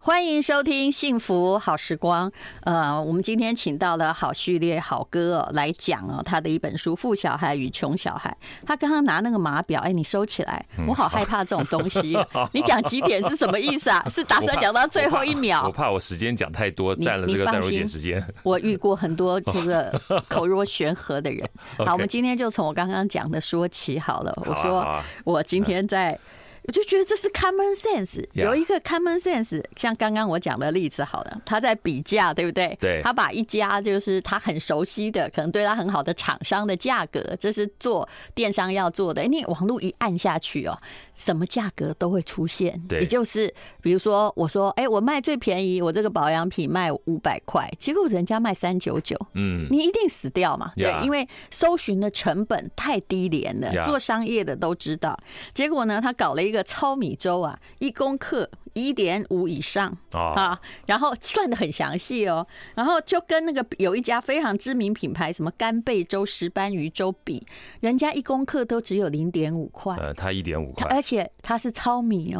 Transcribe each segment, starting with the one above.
欢迎收听幸福好时光。我们今天请到了好序列好哥来讲他的一本书《富小孩与穷小孩》。他刚刚拿那个码表，你收起来，我好害怕这种东西。你讲几点是什么意思啊？是打算讲到最后一秒？ 我怕我时间讲太多，占了这个淡如姐时间。 我遇过很多这个口若悬河的人。好，我们今天就从我刚刚讲的说起好了。我说我今天我就觉得这是 common sense， 有一个 common sense， 像刚刚我讲的例子好了，他在比价，对不对？ 对， 他把一家就是他很熟悉的，可能对他很好的厂商的价格，这是做电商要做的，你网络一按下去什么价格都会出现。也就是比如说我说，我卖最便宜，我这个保养品卖500块，结果人家卖399，你一定死掉嘛？对，因为搜寻的成本太低廉了，做商业的都知道。结果呢，他搞了一个糙米粥1公克1.5以上然后算得很详细然后就跟那个有一家非常知名品牌什么干贝粥、石斑鱼粥比，人家1公克都只有0.5块， 他1.5块， 而且它是糙米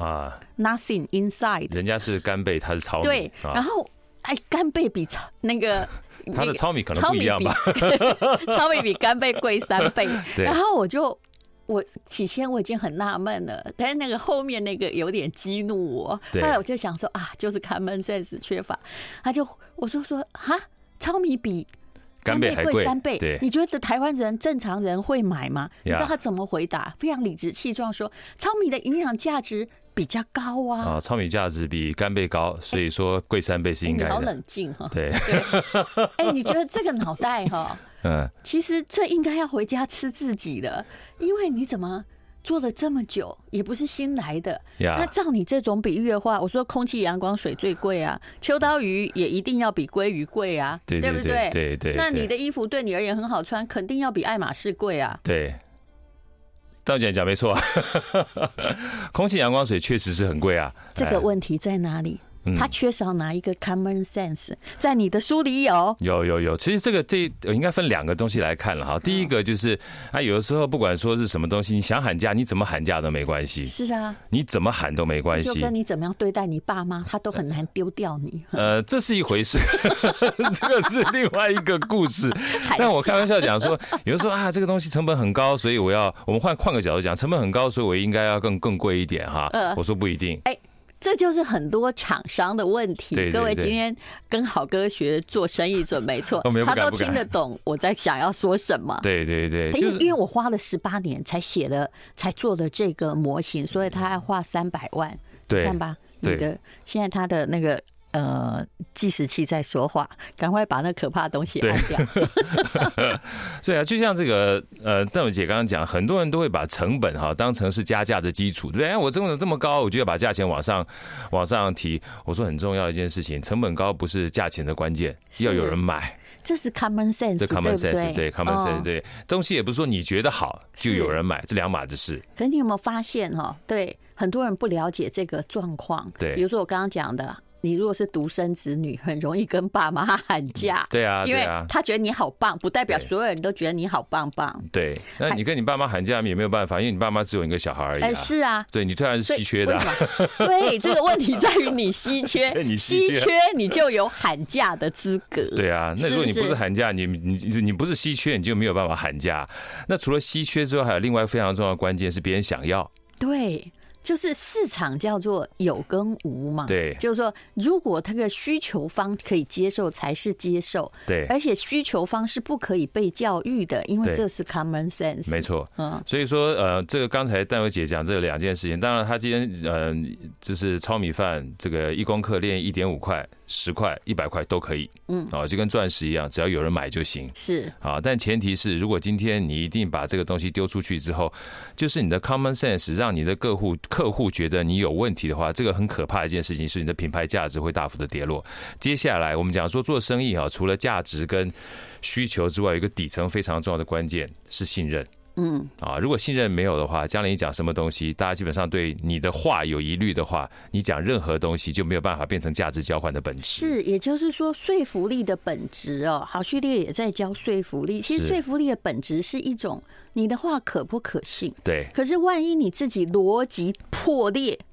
nothing inside， 人家是干贝，他是糙米， 对，然后干贝比那个他的糙米可能不一样吧， 糙米比干贝贵3倍，然后我起先我已经很纳闷了，但是那个后面那个有点激怒我，后来我就想说就是 common sense 缺乏，我就说糙米比干贝贵3倍，你觉得台湾人正常人会买吗？你知道他怎么回答？非常理直气壮说，糙米的营养价值比较高糙米价值比干贝高，所以说贵3倍是应该的。 你好冷静对， 你觉得这个脑袋其实这应该要回家吃自己的，因为你怎么做了这么久，也不是新来的。那照你这种比喻的话，我说空气、阳光、水最贵秋刀鱼也一定要比鲑鱼贵对不对？ 对。 那你的衣服对你而言很好穿，肯定要比爱马仕贵对。道姐讲没错空气、阳光、水确实是很贵这个问题在哪里？他缺少哪一个 common sense？ 在你的书里有。 其实这应该分2个东西来看了哈。第一个就是有的时候不管说是什么东西，你想喊价，你怎么喊价都没关系。 是啊， 你怎么喊都没关系。 就跟你怎么样对待你爸妈，他都很难丢掉你。 这是一回事，这个是另外一个故事。但我开玩笑讲说，有的时候这个东西成本很高，所以我们换个角度讲，成本很高，所以我应该要更贵一点我说不一定。 这就是很多厂商的问题。 对， 各位今天跟好哥学做生意准没错，他都听得懂我在想要说什么。 对， 因为我花了18年才做了这个模型，所以他要花300万。 对， 看吧，现在他的那个计时器在说话，赶快把那可怕的东西按掉。 对就像这个邓友姐刚刚讲，很多人都会把成本当成是加价的基础，对不对？我成本这么高，我就要把价钱往上提。我说很重要的一件事情，成本高不是价钱的关键，要有人买。 这是 common sense， 这 common sense， 对 common sense， 对，东西也不是说你觉得好就有人买，这2码子事。 可是你有没有发现对，很多人不了解这个状况。 对， 比如说我刚刚讲的。你如果是独生子女，很容易跟爸妈喊价。 对啊， 因为他觉得你好棒，不代表所有人都觉得你好棒棒。 对，那你跟你爸妈喊价也没有办法，因为你爸妈只有一个小孩而已。 是啊， 对，你当然是稀缺的。 对，这个问题在于你稀缺，你稀缺你就有喊价的资格。 对啊，那如果你不是喊价，你不是稀缺，你就没有办法喊价。那除了稀缺之外，还有另外非常重要的关键是别人想要。 对。就是市场叫做有跟无嘛， 对， 就是说，如果他的需求方可以接受，才是接受， 对， 而且需求方是不可以被教育的，因为这是 common sense， 没错，所以说这个刚才淡如姐讲这2件事情，当然他今天就是糙米饭这个1公克炼1.5块、10块、100块都可以，就跟钻石一样，只要有人买就行， 是但前提是，如果今天你一定把这个东西丢出去之后，就是你的 common sense 让你的客户觉得你有问题的话，这个很可怕的一件事情是你的品牌价值会大幅的跌落。接下来我们讲说做生意除了价值跟需求之外，有一个底层非常重要的关键是信任。如果信任没有的话，将来你讲什么东西，大家基本上对你的话有疑虑的话，你讲任何东西就没有办法变成价值交换的本质。 是，也就是说，说服力的本质好序列也在教说服力。其实说服力的本质是一种你的话可不可信。 对。 可是万一你自己逻辑破裂，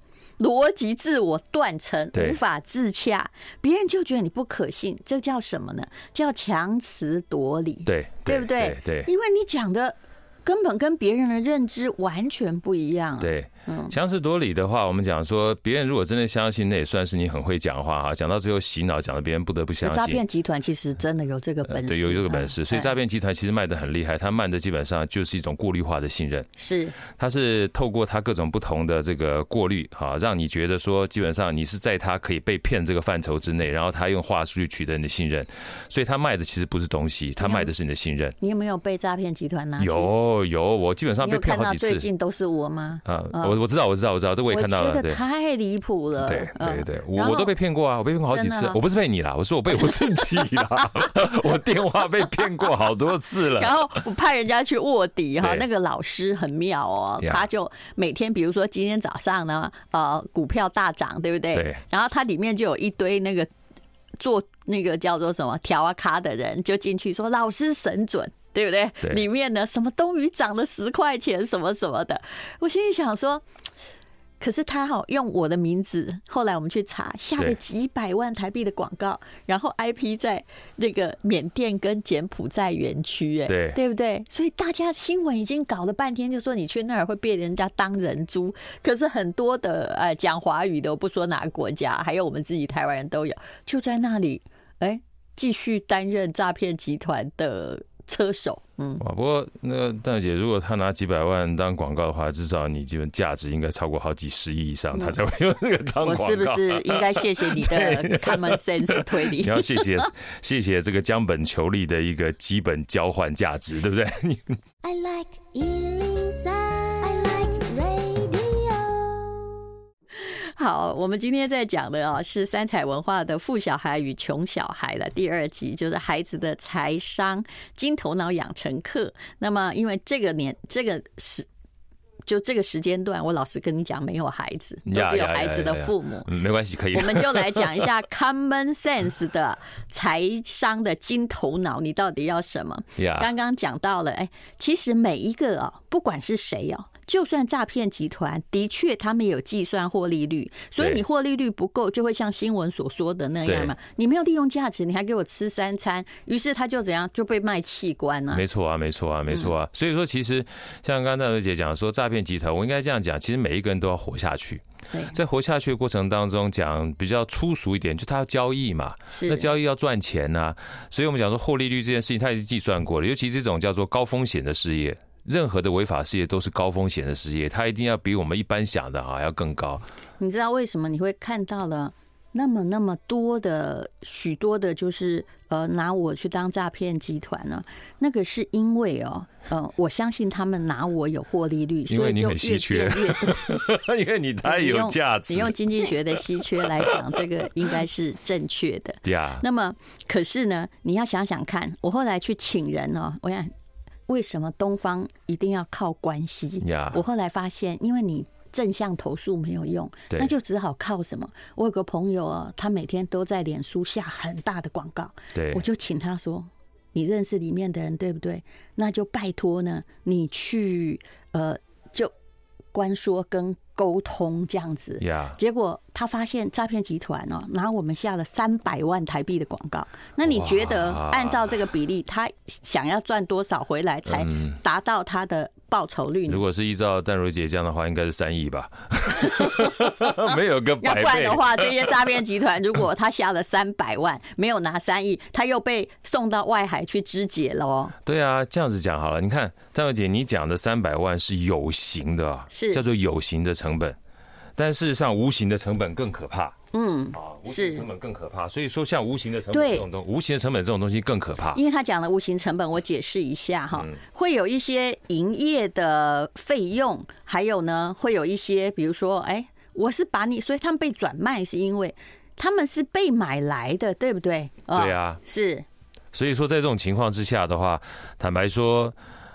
逻辑自我断层，无法自洽，别人就觉得你不可信，这叫什么呢？叫强词夺理，对不对？对，因为你讲的根本跟别人的认知完全不一样。 对，强词夺理的话，我们讲说，别人如果真的相信，那也算是你很会讲话哈。讲到最后洗脑，讲到别人不得不相信。 诈骗集团其实真的有这个本事， 对，有这个本事。所以诈骗集团其实卖得很厉害，他卖的基本上就是一种过滤化的信任。 是， 他是透过他各种不同的这个过滤哈，让你觉得说，基本上你是在他可以被骗这个范畴之内，然后他用话术去取得你的信任。所以他卖的其实不是东西，他卖的是你的信任。 你有没有被诈骗集团拿去？ 有，我基本上被骗好几次。 最近都是我吗？ 我知道，这我也看到了。 我觉得太离谱了。 对，我都被骗过啊，我被骗过好几次。我不是被你啦，我说我被我自己啦。我电话被骗过好多次了。 然后我派人家去卧底哈，那个老师很妙哦，他就每天，比如说今天早上呢，股票大涨，对不对？对。然后它里面就有一堆那个做那个叫做什么调啊咖的人，就进去说老师神准。对不对？里面呢，什么东鱼涨了10块钱，什么什么的。我心里想说，可是他用我的名字，后来我们去查，下了几百万台币的广告，然后 IP 在那个缅甸跟柬埔寨园区，对不对？所以大家新闻已经搞了半天，就说你去那儿会被人家当人猪。可是很多的讲华语的，我不说哪个国家，还有我们自己台湾人都有，就在那里继续担任诈骗集团的车手。 不过那个蛋姐，如果他拿几百万当广告的话，至少你基本价值应该超过好几10亿以上，他才会用这个当广告。 我是不是应该谢谢你的 common sense 推理？ 你要谢谢这个将本求利的一个基本交换价值，对不对？I like 好，我们今天在讲的是三彩文化的《富小孩与穷小孩》的第2集，就是孩子的财商金头脑养成课。那么因为这个时间段，我老实跟你讲，没有孩子，都是有孩子的父母。 没关系，可以。 我们就来讲一下 common sense 的财商的金头脑，你到底要什么？刚刚讲到了，其实每一个不管是谁就算诈骗集团，的确他们有计算获利率，所以你获利率不够，就会像新闻所说的那样嘛。你没有利用价值，你还给我吃3餐，于是他就怎样，就被卖器官啊。 没错啊。所以说，其实像刚刚戴姐讲说，诈骗集团，我应该这样讲，其实每一个人都要活下去。在活下去的过程当中，讲比较粗俗一点，就他要交易嘛，那交易要赚钱啊。所以我们讲说获利率这件事情，他已经计算过了，尤其这种叫做高风险的事业。任何的违法事业都是高风险的事业，它一定要比我们一般想的要更高。 你知道为什么你会看到了那么多的许多的，就是拿我去当诈骗集团呢？那个是因为我相信他们拿我有获利率，所以就越变越多。 因为你太有价值。 你用经济学的稀缺来讲，这个应该是正确的。那么可是呢，你要想想看，我后来去请人我想。为什么东方一定要靠关系？我后来发现，因为你正向投诉没有用，那就只好靠什么？我有个朋友他每天都在脸书下很大的广告，我就请他说：“你认识里面的人对不对？那就拜托呢，你去就关说跟沟通这样子。”结果他发现诈骗集团拿我们下了300万台币的广告。那你觉得按照这个比例，他想要赚多少回来才达到他的报酬率呢？ 如果是依照淡如姐这样的话，应该是3亿吧。没有个百倍。 要不然的话，这些诈骗集团如果他下了300万，没有拿3亿，他又被送到外海去肢解了对啊，这样子讲好了。你看淡如姐，你讲的300万是有形的， 是叫做有形的成本。但事实上，无形的成本更可怕。无形的成本更可怕。所以说，像无形的成本这种东西，无形的成本这种东西更可怕。 因为他讲的无形成本，我解释一下会有一些营业的费用，还有呢，会有一些，比如说，我是把你，所以他们被转卖是因为他们是被买来的，对不对？ 对啊， 是。 所以说，在这种情况之下的话，坦白说。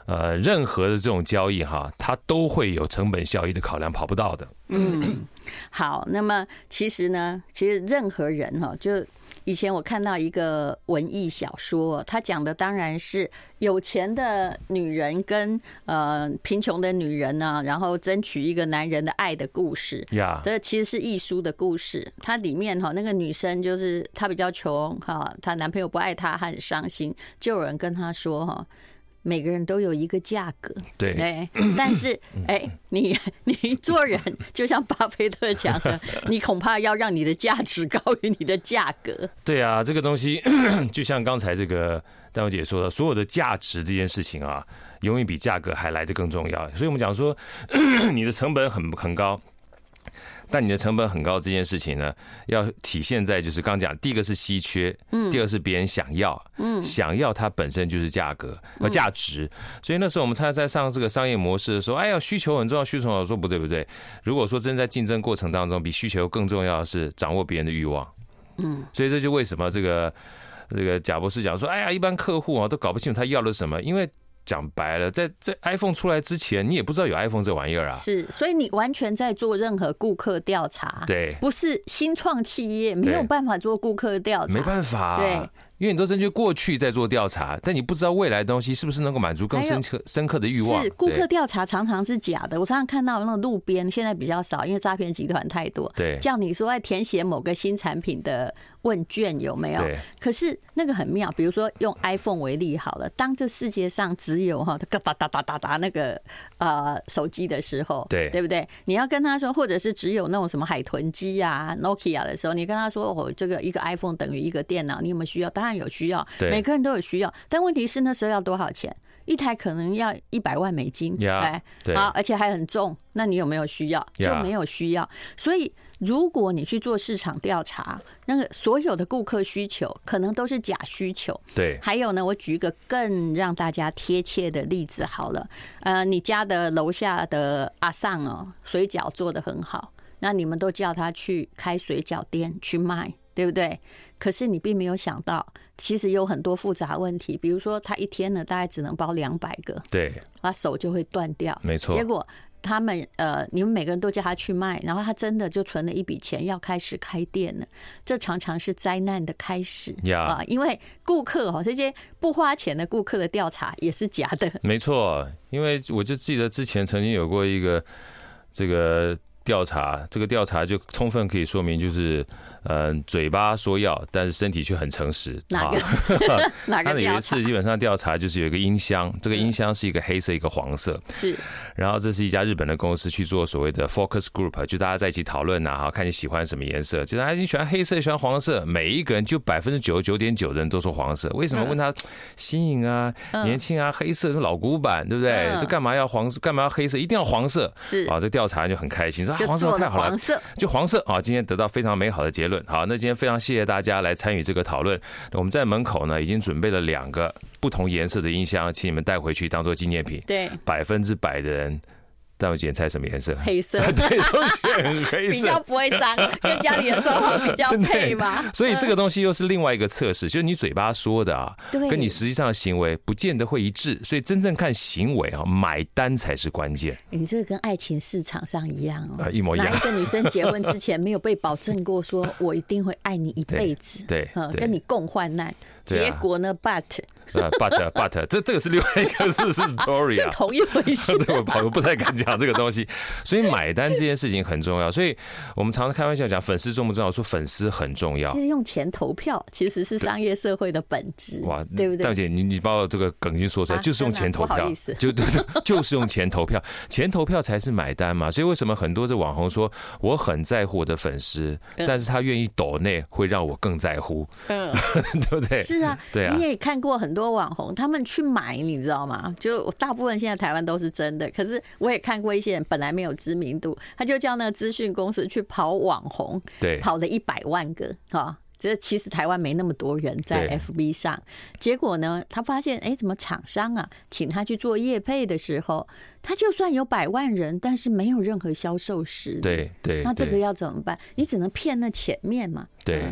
任何的这种交易哈，它都会有成本效益的考量，跑不到的。 好，那么其实任何人哈，就以前我看到一个文艺小说，他讲的当然是有钱的女人跟贫穷的女人呢，然后争取一个男人的爱的故事。这其实是艺书的故事。它里面哈，那个女生就是她比较穷哈，她男朋友不爱她，她很伤心，就有人跟她说哈，每个人都有一个价格， 对， 但是你做人就像巴菲特讲的，你恐怕要让你的价值高于你的价格。 对啊，这个东西就像刚才这个戴文姐说的，所有的价值这件事情啊，永远比价格还来得更重要。所以我们讲说，你的成本很高。但你的成本很高这件事情呢，要体现在就是刚讲，第一个是稀缺，第二是别人想要，想要它本身就是价格和价值。所以那时候我们在上这个商业模式的时候，哎呀，需求很重要，需求很重要，说不对不对。如果说真在竞争过程当中，比需求更重要的是掌握别人的欲望。所以这就为什么这个贾博士讲说，哎呀，一般客户啊都搞不清楚他要的什么，因为讲白了，在 iPhone 出来之前，你也不知道有 iPhone 这玩意儿啊。 是，所以你完全在做任何顾客调查， 对， 不是新创企业没有办法做顾客调查， 没办法， 对， 因为你都根据过去在做调查，但你不知道未来的东西是不是能够满足更深刻的欲望。 是，顾客调查常常是假的。我常常看到那种路边，现在比较少，因为诈骗集团太多。 对， 叫你说填写某个新产品的问卷有没有？ 对。 可是那个很妙，比如说用 iPhone 为例好了，当这世界上只有打那个手机的时候，对不对？你要跟他说，或者是只有那种什么海豚机啊、Nokia 的时候，你跟他说哦，这个一个 iPhone 等于一个电脑，你有没有需要？当然有需要，每个人都有需要，但问题是那时候要多少钱？一台可能要$100万， 对， 好，而且还很重，那你有没有需要？就没有需要。所以如果你去做市场调查，那个所有的顾客需求可能都是假需求。 对， 还有呢，我举一个更让大家贴切的例子好了，你家的楼下的阿桑哦，水饺做得很好，那你们都叫他去开水饺店去卖，对不对？可是你并没有想到，其实有很多复杂问题，比如说他一天呢大概只能包200个， 对， 他手就会断掉， 没错。 结果他们你们每个人都叫他去卖，然后他真的就存了一笔钱要开始开店了，这常常是灾难的开始啊！因为顾客这些不花钱的顾客的调查也是假的， 没错。因为我就记得之前曾经有过一个这个调查，这个调查就充分可以说明，就是嘴巴说要，但是身体却很诚实。 哪个？哪个？ 他有一次基本上调查就是有一个音箱，这个音箱是一个黑色一个黄色， 是。 然后这是一家日本的公司去做所谓的 focus group， 就大家在一起讨论啊，看你喜欢什么颜色，就大家你喜欢黑色，喜欢黄色，每一个人就99.9%的人都说黄色。为什么？问他新颖啊、年轻啊，黑色是老古板，对不对？这干嘛要黄色？干嘛要黑色？一定要黄色。 是啊， 这调查人就很开心，说黄色太好了，就黄色啊！今天得到非常美好的结论。好，那今天非常谢谢大家来参与这个讨论。我们在门口呢已经准备了2个不同颜色的音箱，请你们带回去当做纪念品。 对 ，100%的人。但我今天猜什么颜色？ 黑色。 对，都选黑色， 比较不会脏，跟家里的装潢比较配嘛。 所以这个东西又是另外一个测试，就是你嘴巴说的啊，跟你实际上的行为不见得会一致，所以真正看行为啊，买单才是关键。 你这个跟爱情市场上一样哦， 一模一样。 哪一个女生结婚之前没有被保证过说我一定会爱你一辈子， 对， 跟你共患难，结果呢 ？But 这个是另外一个是 story 啊， 这同一回事。 对，我不太敢讲这个东西，所以买单这件事情很重要。所以我们常常开玩笑讲粉丝重不重要，说粉丝很重要。 其实用钱投票其实是商业社会的本质，哇，对不对？ 大姐，你把我这个梗已经说出来，就是用钱投票，就是用钱投票，钱投票才是买单嘛。所以为什么很多的网红说我很在乎我的粉丝，但是他愿意抖内会让我更在乎，对不对？ 是啊， 对啊， 你也看过很多网红，他们去买，你知道吗？就大部分现在台湾都是真的，可是我也看过一些人本来没有知名度，他就叫那个资讯公司去跑网红， 对， 跑了100万个哈。这其实台湾没那么多人在 FB 上，结果呢，他发现怎么厂商啊，请他去做业配的时候，他就算有100万人，但是没有任何销售实力。 对， 那这个要怎么办？你只能骗那前面嘛。 对。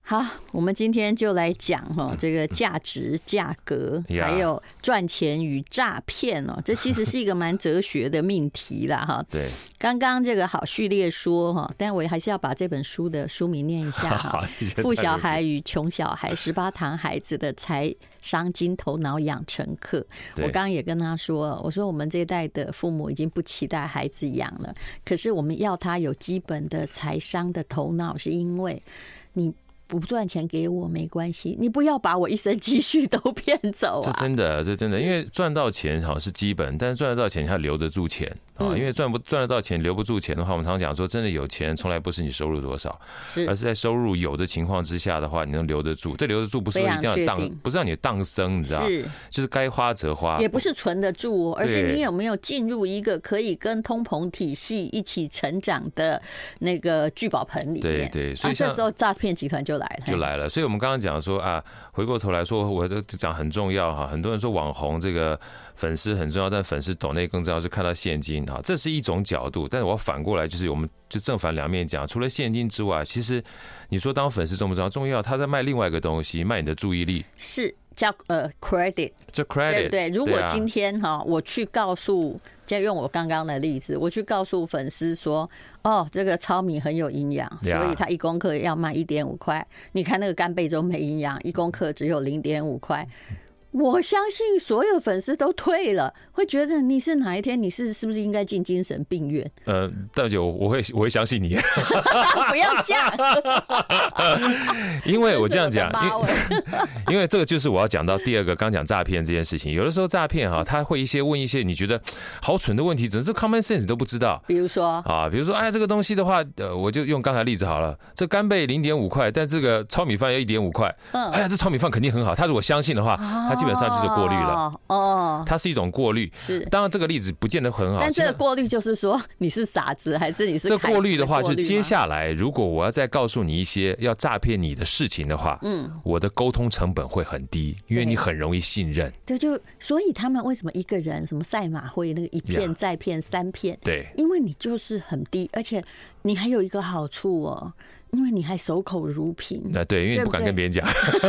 好，我们今天就来讲这个价值、价格，还有赚钱与诈骗哦，这其实是一个蛮哲学的命题啦哈。 对， 刚刚这个好序列说哈，但我还是要把这本书的书名念一下哈。富小孩与穷小孩，18堂孩子的财商金头脑养成课。我刚刚也跟他说，我说我们这一代的父母已经不期待孩子养了，可是我们要他有基本的财商的头脑，是因为你不赚钱给我没关系，你不要把我一生积蓄都骗走啊！ 这真的，因为赚到钱好是基本，但是赚得到钱，你还留得住钱啊。因为赚得到钱，留不住钱的话，我们常讲说，真的有钱从来不是你收入多少，而是在收入有的情况之下的话，你能留得住。这留得住不是说一定要不是让你当生，你知道，就是该花则花， 也不是存得住而是你有没有进入一个可以跟通膨体系一起成长的那个聚宝盆里面。 对，所以这时候诈骗集团就来了。 所以我们刚刚讲说啊，回过头来说，我都讲很重要哈。很多人说网红这个粉丝很重要，但粉丝抖内更重要是看到现金哈，这是一种角度。但是我反过来就是，我们就正反两面讲，除了现金之外，其实你说当粉丝重不重要？重要，他在卖另外一个东西，卖你的注意力， 是叫credit， 这 credit 对不对？如果今天我去告诉，就用我刚刚的例子，我去告诉粉丝说，这个糙米很有营养，所以它1公克要卖1.5块。你看那个干贝粥没营养，1公克只有0.5块。我相信所有粉丝都退了，会觉得你是哪一天你是不是应该进精神病院？ 大姐，我会相信你。 不要这样， 因为我这样讲，因为这个就是我要讲到第二个，刚讲诈骗这件事情。有的时候诈骗他会问一些你觉得好蠢的问题，只是 common sense 你都不知道。 比如说哎，这个东西的话，我就用刚才例子好了。这干贝0.5块，但这个糙米饭要1.5块。哎呀，这糙米饭肯定很好。他如果相信的话，他基本上就是过滤了。它是一种过滤。 是， 当然这个例子不见得很好。 但这个过滤就是说你是傻子还是你是？ 这过滤的话，就是接下来如果我要再告诉你一些要诈骗你的事情的话，我的沟通成本会很低，因为你很容易信任。 对，所以他们为什么一个人什么赛马会那个1骗再骗3骗？ 对， 因为你就是很低，而且你还有一个好处因为你还守口如瓶。 对，因为你不敢跟别人讲，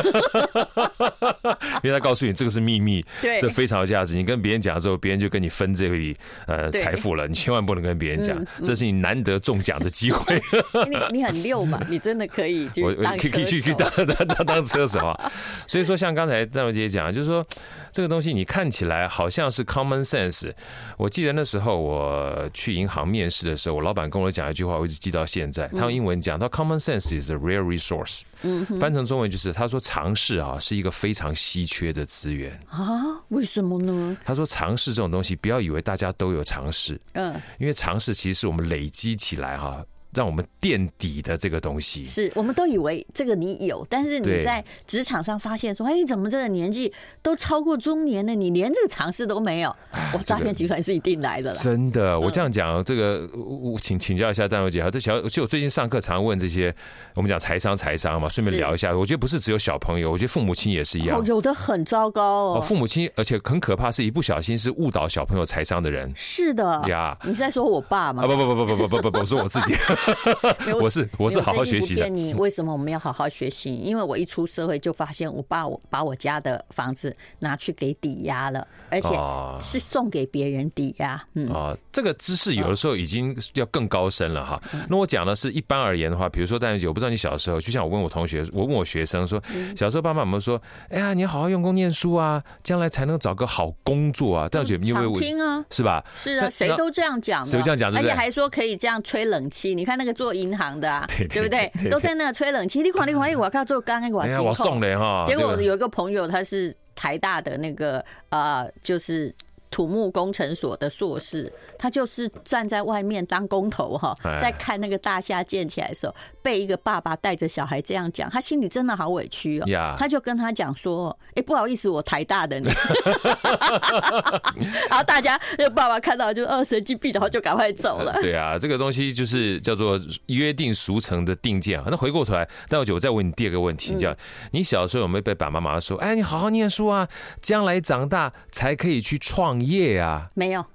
因为他告诉你这个是秘密，这非常有价值。你跟别人讲之后，别人就跟你分这笔财富了，你千万不能跟别人讲，这是你难得中奖的机会。 你很溜嘛，你真的可以去当车手啊。所以说，像刚才戴茹姐讲，就是说这个东西你看起来好像是 common sense。我记得那时候我去银行面试的时候，我老板跟我讲一句话，我一直记到现在。他用英文讲到 common sense is a rare resource， 翻成中文就是他说常识是一个非常稀缺的资源啊？为什么呢？ 他说常识这种东西，不要以为大家都有常识，因为常识其实是我们累积起来让我们垫底的这个东西， 是我们都以为这个你有，但是你在职场上发现说，怎么这个年纪都超过中年了，你连这个常识都没有，诈骗集团是一定来的了。 真的，我这样讲，这个我请教一下戴茹姐，就我最近上课常问这些，我们讲财商嘛，顺便聊一下。我觉得不是只有小朋友，我觉得父母亲也是一样， 有的很糟糕父母亲，而且很可怕，是一不小心是误导小朋友财商的人。 是的呀，你是在说我爸吗？ 不，我说我自己。我是好好学习的。 你为什么我们要好好学习？因为我一出社会就发现，我爸把我家的房子拿去给抵押了，而且是送给别人抵押。 这个知识有的时候已经要更高深了哈。那我讲的是一般而言的话，比如说戴茹姐，我不知道你小时候，就像我问我学生说，小时候爸爸有没有说，哎呀，你要好好用功念书啊，将来才能找个好工作啊？戴茹姐，因为听啊， 是吧？ 是啊，谁都这样讲的， 谁这样讲， 而且还说可以这样吹冷气。你看那个做银行的对不对？都在那吹冷气。你看，我靠，做刚刚我送了哈。 结果有一个朋友，他是台大的那个就是土木工程所的硕士，他就是站在外面当工头在看那个大厦建起来的时候，被一个爸爸带着小孩这样讲，他心里真的好委屈他就跟他讲说：“不好意思，我台大的呢。”然后大家那个爸爸看到就神经病，然后就赶快走了。 对啊，这个东西就是叫做约定俗成的定见那回过头来，戴茹姐，我再问你第二个问题，你小时候有没有被爸爸妈妈说：“你好好念书啊，将来长大才可以去创业啊？” 没有。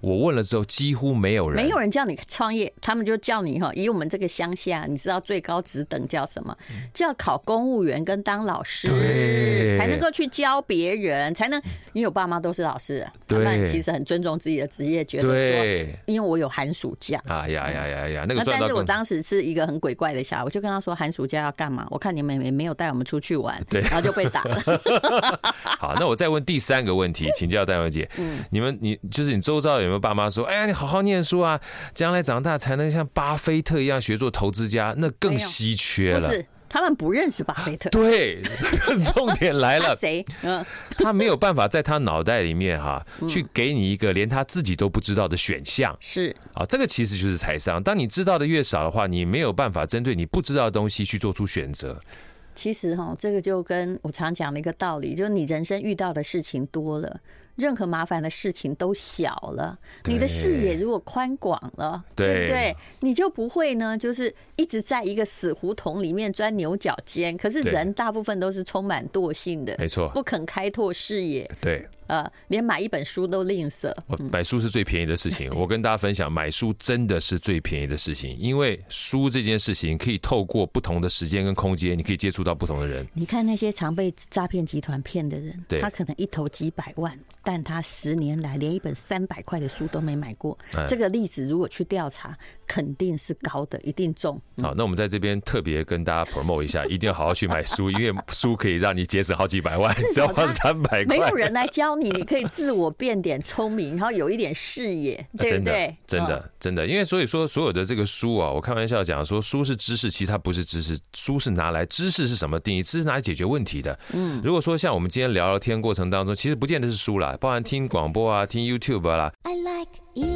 我问了之后几乎没有人叫你创业，他们就叫你以我们这个乡下，你知道最高职等叫什么？叫考公务员跟当老师，才能够去教别人，才能。因为我爸妈都是老师，他们其实很尊重自己的职业，觉得说，因为我有寒暑假啊呀，那个赚到。 但是我当时是一个很鬼怪的小孩，我就跟他说寒暑假要干嘛？我看你们也没有带我们出去玩，然后就被打了。 好，那我再问第3个问题，请教戴文姐，你就是你周遭有没有爸妈说，哎呀，你好好念书啊，将来长大才能像巴菲特一样学做投资家，那更稀缺了。 不是，他们不认识巴菲特。 对，重点来了， 谁？ 他没有办法在他脑袋里面去给你一个连他自己都不知道的选项。 是啊，这个其实就是财商。当你知道的越少的话，你没有办法针对你不知道的东西去做出选择。 其实这个就跟我常讲的一个道理，就是你人生遇到的事情多了，任何麻烦的事情都小了，你的视野如果宽广了，对不对？你就不会呢，就是一直在一个死胡同里面钻牛角尖。可是人大部分都是充满惰性的， 没错， 不肯开拓视野。 对。 连买一本书都吝啬。 买书是最便宜的事情。我跟大家分享，买书真的是最便宜的事情，因为书这件事情可以透过不同的时间跟空间，你可以接触到不同的人。 你看那些常被诈骗集团骗的人，他可能一投几百万，但他10年来连一本300块的书都没买过。这个例子如果去调查，肯定是高的，一定中。 好，那我们在这边特别跟大家 promote 一下，一定要好好去买书，因为书可以让你节省好几百万，只要花300块。 没有人来教你，你可以自我变点聪明，然后有一点视野，对不对？ 真的，因为所以说所有的这个书我开玩笑讲说书是知识，其实它不是知识，书是拿来知识是什么定义？知识拿来解决问题的。如果说像我们今天聊天过程当中，其实不见得是书啦，包含听广播啊，听 YouTube 啦。I like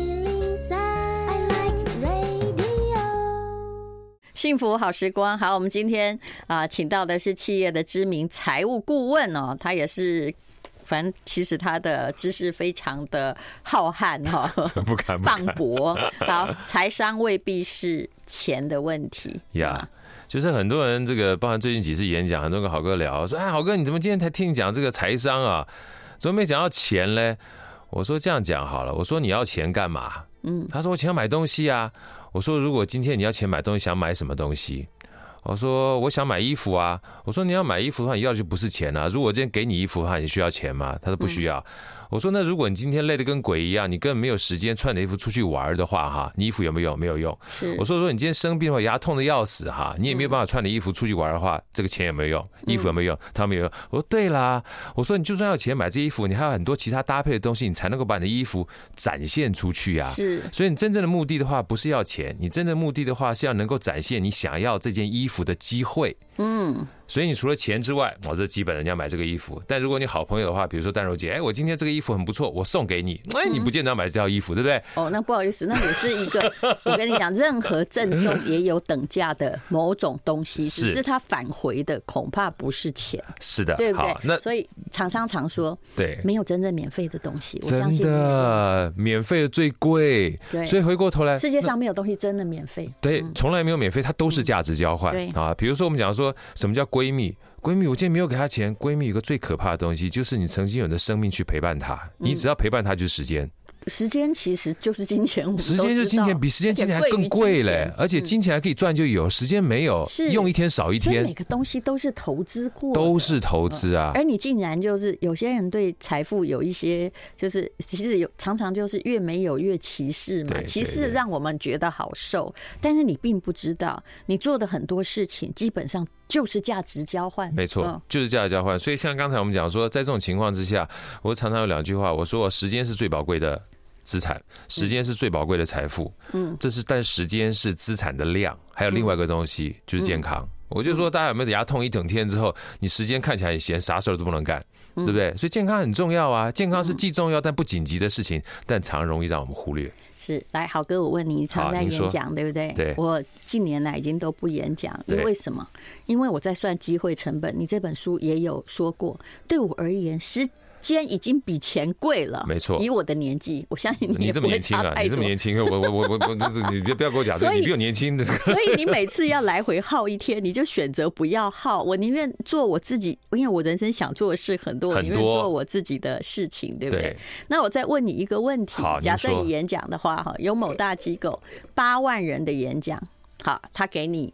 幸福好时光，好，我们今天请到的是企业的知名财务顾问他也是。反正其实他的知识非常的浩瀚不敢磅礴。好，财商未必是钱的问题呀。就是很多人这个，包含最近几次演讲，很多跟好哥聊说，哎，好哥，你怎么今天才听你讲这个财商啊？怎么没讲到钱嘞？我说这样讲好了，我说你要钱干嘛？他说我钱要买东西啊。我说如果今天你要钱买东西，想买什么东西？我说我想买衣服啊。我说你要买衣服的话，你要的就不是钱啊。如果我今天给你衣服的话，你需要钱吗？他说不需要。我说那如果你今天累得跟鬼一样，你根本没有时间穿的衣服出去玩的话你衣服有没有用？没有用。我说如果你今天生病的话，牙痛的要死你也没有办法穿的衣服出去玩的话，这个钱有没有用？衣服有没有用？他没有用。我说对啦，我说你就算要钱买这衣服，你还有很多其他搭配的东西，你才能够把你的衣服展现出去啊。所以你真正的目的的话，不是要钱，你真正的目的的话是要能够展现你想要这件衣服的机会。所以你除了钱之外，这基本人家买这个衣服。但如果你好朋友的话，比如说淡柔姐，我今天这个衣服很不错，我送给你，你不见得要买这套衣服，对不对？ 那不好意思，那也是一个，我跟你讲，任何赠送也有等价的某种东西，只是它返回的恐怕不是钱。 是的， 对不对？那所以厂商常说， 对， 没有真正免费的东西。我相信真的免费的最贵。 对， 所以回过头来， 世界上没有东西真的免费。 对，从来没有免费，它都是价值交换。比如说我们讲说什么叫闺蜜？闺蜜，我今天没有给她钱。闺蜜有个最可怕的东西，就是你曾经有的生命去陪伴她，你只要陪伴她就是时间。 时间其实就是金钱， 时间就是金钱，比时间金钱还更贵嘞。而且金钱还可以赚就有，时间没有，用一天少一天。 所以每个东西都是投资过的， 都是投资啊。 而你竟然就是有些人对财富有一些，就是其实常常就是越没有越歧视嘛。歧视让我们觉得好受，但是你并不知道，你做的很多事情基本上就是价值交换。 没错，就是价值交换。所以像刚才我们讲说，在这种情况之下，我常常有2句话，我说时间是最宝贵的资产，时间是最宝贵的财富。但时间是资产的量，还有另外一个东西就是健康。我就说大家有没有牙痛一整天之后，你时间看起来很闲，啥事都不能干，对不对？所以健康很重要啊，健康是既重要但不紧急的事情，但常容易让我们忽略。 是，来，好哥，我问你，常在演讲，对不对？ 对， 我近年来已经都不演讲，为什么？因为我在算机会成本。你这本书也有说过，对我而言， 肩已经比钱贵了， 没错。 以我的年纪，我相信你这么年轻啊，你这么年轻，你不要跟我讲这个，你比我年轻的。 所以你每次要来回耗一天，你就选择不要耗。我宁愿做我自己，因为我人生想做的事很多，我宁愿做我自己的事情，对不对？那我再问你一个问题：假设你演讲的话，哈，有某大机构8万人的演讲，好，他给你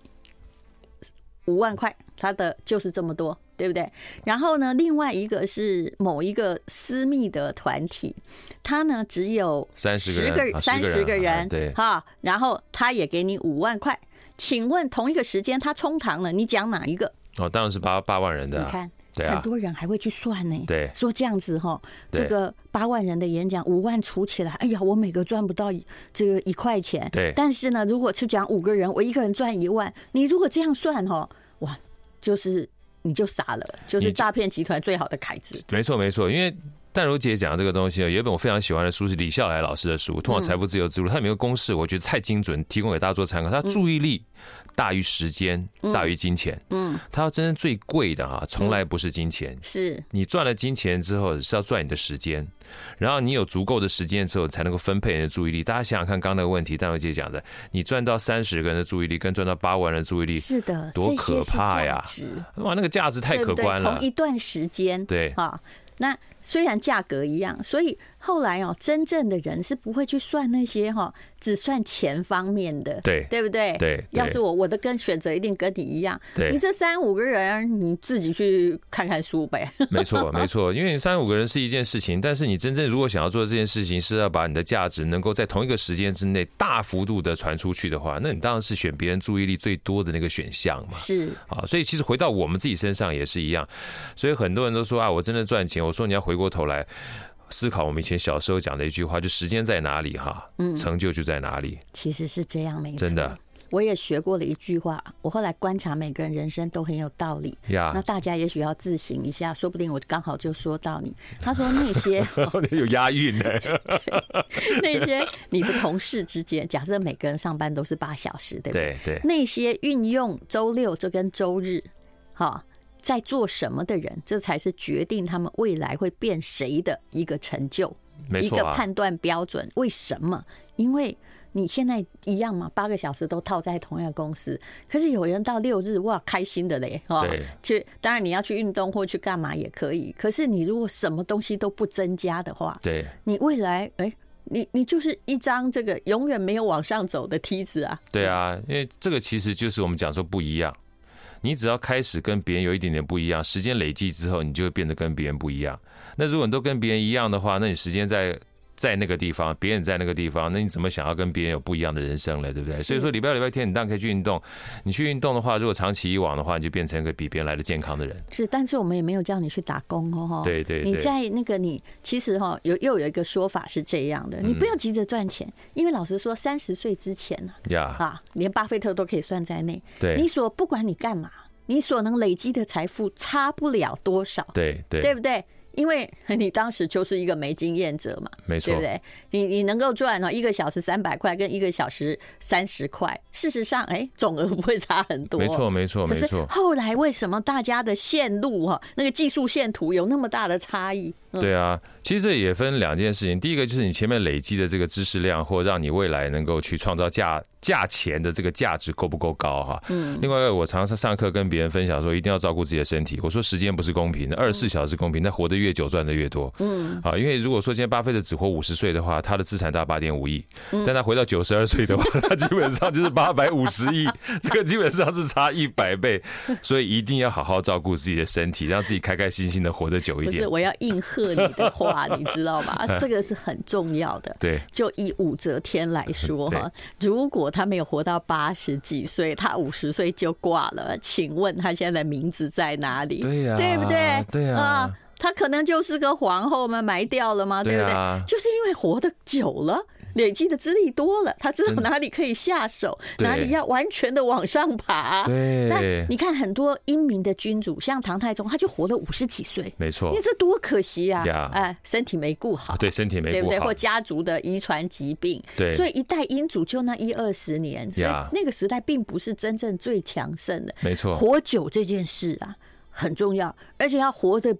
5万块，他的就是这么多。对不对？然后呢，另外一个是某一个私密的团体，他呢只有30个人， 对， 哈，然后他也给你5万块。请问同一个时间他冲堂了，你讲哪一个？ 哦，当然是8万人的、啊。 你看， 对啊， 很多人还会去算呢。 对， 说这样子哈，这个8万人的演讲5万除起来，哎呀，我每个赚不到这个1块钱。 对， 但是呢，如果去讲5个人，我一个人赚1万，你如果这样算哈，哇，你就傻了，就是诈骗集团最好的凯子。 没错，没错，因为淡如姐讲这个东西，有一本我非常喜欢的书是李笑来老师的书《通往财富自由之路》，它有一个公式，我觉得太精准，提供给大家做参考。他注意力大于时间，大于金钱。他要真正最贵的哈，从来不是金钱， 是你赚了金钱之后是要赚你的时间，然后你有足够的时间之后才能够分配你的注意力。大家想想看，刚刚那个问题，淡如姐讲的，你赚到30个人的注意力，跟赚到8万人的注意力， 是的， 多可怕呀！哇，那个价值太可观了。 同一段时间， 对啊，那虽然价格一样，所以后来哦，真正的人是不会去算那些只算钱方面的，对不对？ 对， 要是我的选择一定跟你一样， 对， 你这3-5个人，你自己去看看书呗。 没错，没错，因为你3-5个人是一件事情，但是你真正如果想要做这件事情，是要把你的价值能够在同一个时间之内大幅度的传出去的话，那你当然是选别人注意力最多的那个选项嘛。 是啊，所以其实回到我们自己身上也是一样。所以很多人都说啊，我真的赚钱，我说你要回过头来思考我们以前小时候讲的一句话，就时间在哪里哈，成就就在哪里。 其实是这样，没错， 真的。 我也学过了一句话，我后来观察每个人人生都很有道理。那大家也许要自省一下，说不定我刚好就说到你。他说那些有押韵呢， 那些你的同事之间，假设每个人上班都是8小时，对不对？ 对。 那些运用周六这跟周日，在做什么的人，这才是决定他们未来会变谁的一个成就，一个判断标准。为什么？因为你现在一样嘛，8个小时都套在同样的公司，可是有人到6日，哇，开心的嘞，当然你要去运动或去干嘛也可以，可是你如果什么东西都不增加的话， 对， 你未来你就是一张这个永远没有往上走的梯子啊。 对啊，因为这个其实就是我们讲说不一样。你只要开始跟别人有一点点不一样，时间累积之后，你就会变得跟别人不一样。那如果你都跟别人一样的话，那你时间在那个地方，别人在那个地方，那你怎么想要跟别人有不一样的人生了，对不对？所以说礼拜天你当然可以去运动，你去运动的话，如果长期以往的话，你就变成一个比别人来的健康的人。 是，但是我们也没有叫你去打工哦。 对对， 你在那个你其实又有一个说法是这样的，你不要急着赚钱，因为老实说，30岁之前连巴菲特都可以算在内。 对， 你所不管你干嘛，你所能累积的财富差不了多少。 对， 对不对？因为你当时就是一个没经验者嘛， 没错， 对不对？你能够赚1个小时300块，跟1个小时30块，事实上，总额不会差很多。 没错，没错，没错。可是后来为什么大家的线路那个技术线图有那么大的差异？ 对啊，其实这也分2件事情。第一个就是你前面累积的这个知识量，或让你未来能够去创造价钱的这个价值够不够高哈？另外一个，我常常上课跟别人分享说，一定要照顾自己的身体。我说时间不是公平的，24小时公平，但活得越久赚得越多。因为如果说今天巴菲特只活50岁的话，他的资产大8.5亿，但他回到92岁的话，他基本上就是850亿，这个基本上是差100倍。所以一定要好好照顾自己的身体，让自己开开心心的活得久一点。 不是，我要应和你的话，你知道吧？这个是很重要的。 对， 就以武则天来说如果他没有活到80几岁，他50岁就挂了，请问他现在的名字在哪里？ 对呀， 对不对？ 对呀， 他可能就是个皇后嘛，埋掉了嘛，对不对？就是因为活得久了，累积的资历多了，他知道哪里可以下手，哪里要完全的往上爬。 对， 但你看很多英明的君主，像唐太宗，他就活了50几岁， 没错， 你这多可惜啊！身体没顾好， 对，身体没顾好， 对不对？或家族的遗传疾病， 对， 所以一代英主就那10-20年，所以那个时代并不是真正最强盛的。 没错， 活久这件事很重要，而且要活得比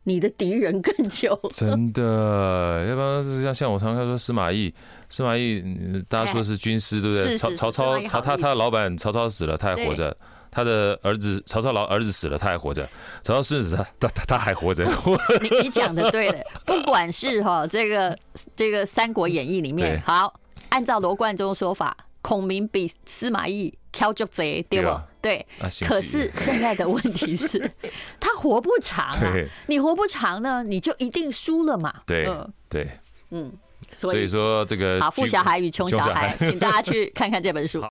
你的敌人更久。 真的，要不然像我常常说司马懿，大家说是军师，对不对？曹操他的老板曹操死了，他还活着。他的儿子曹操儿子死了，他还活着；曹操孙子他还活着。 你讲的对了，不管是这个《三国演义》里面，好，按照罗贯中的说法，孔明比司马懿挑就贼，对不？对。可是现在的问题是，他活不长啊！你活不长呢，你就一定输了嘛。 对， 所以说这个好，富小孩与穷小孩，请大家去看看这本书。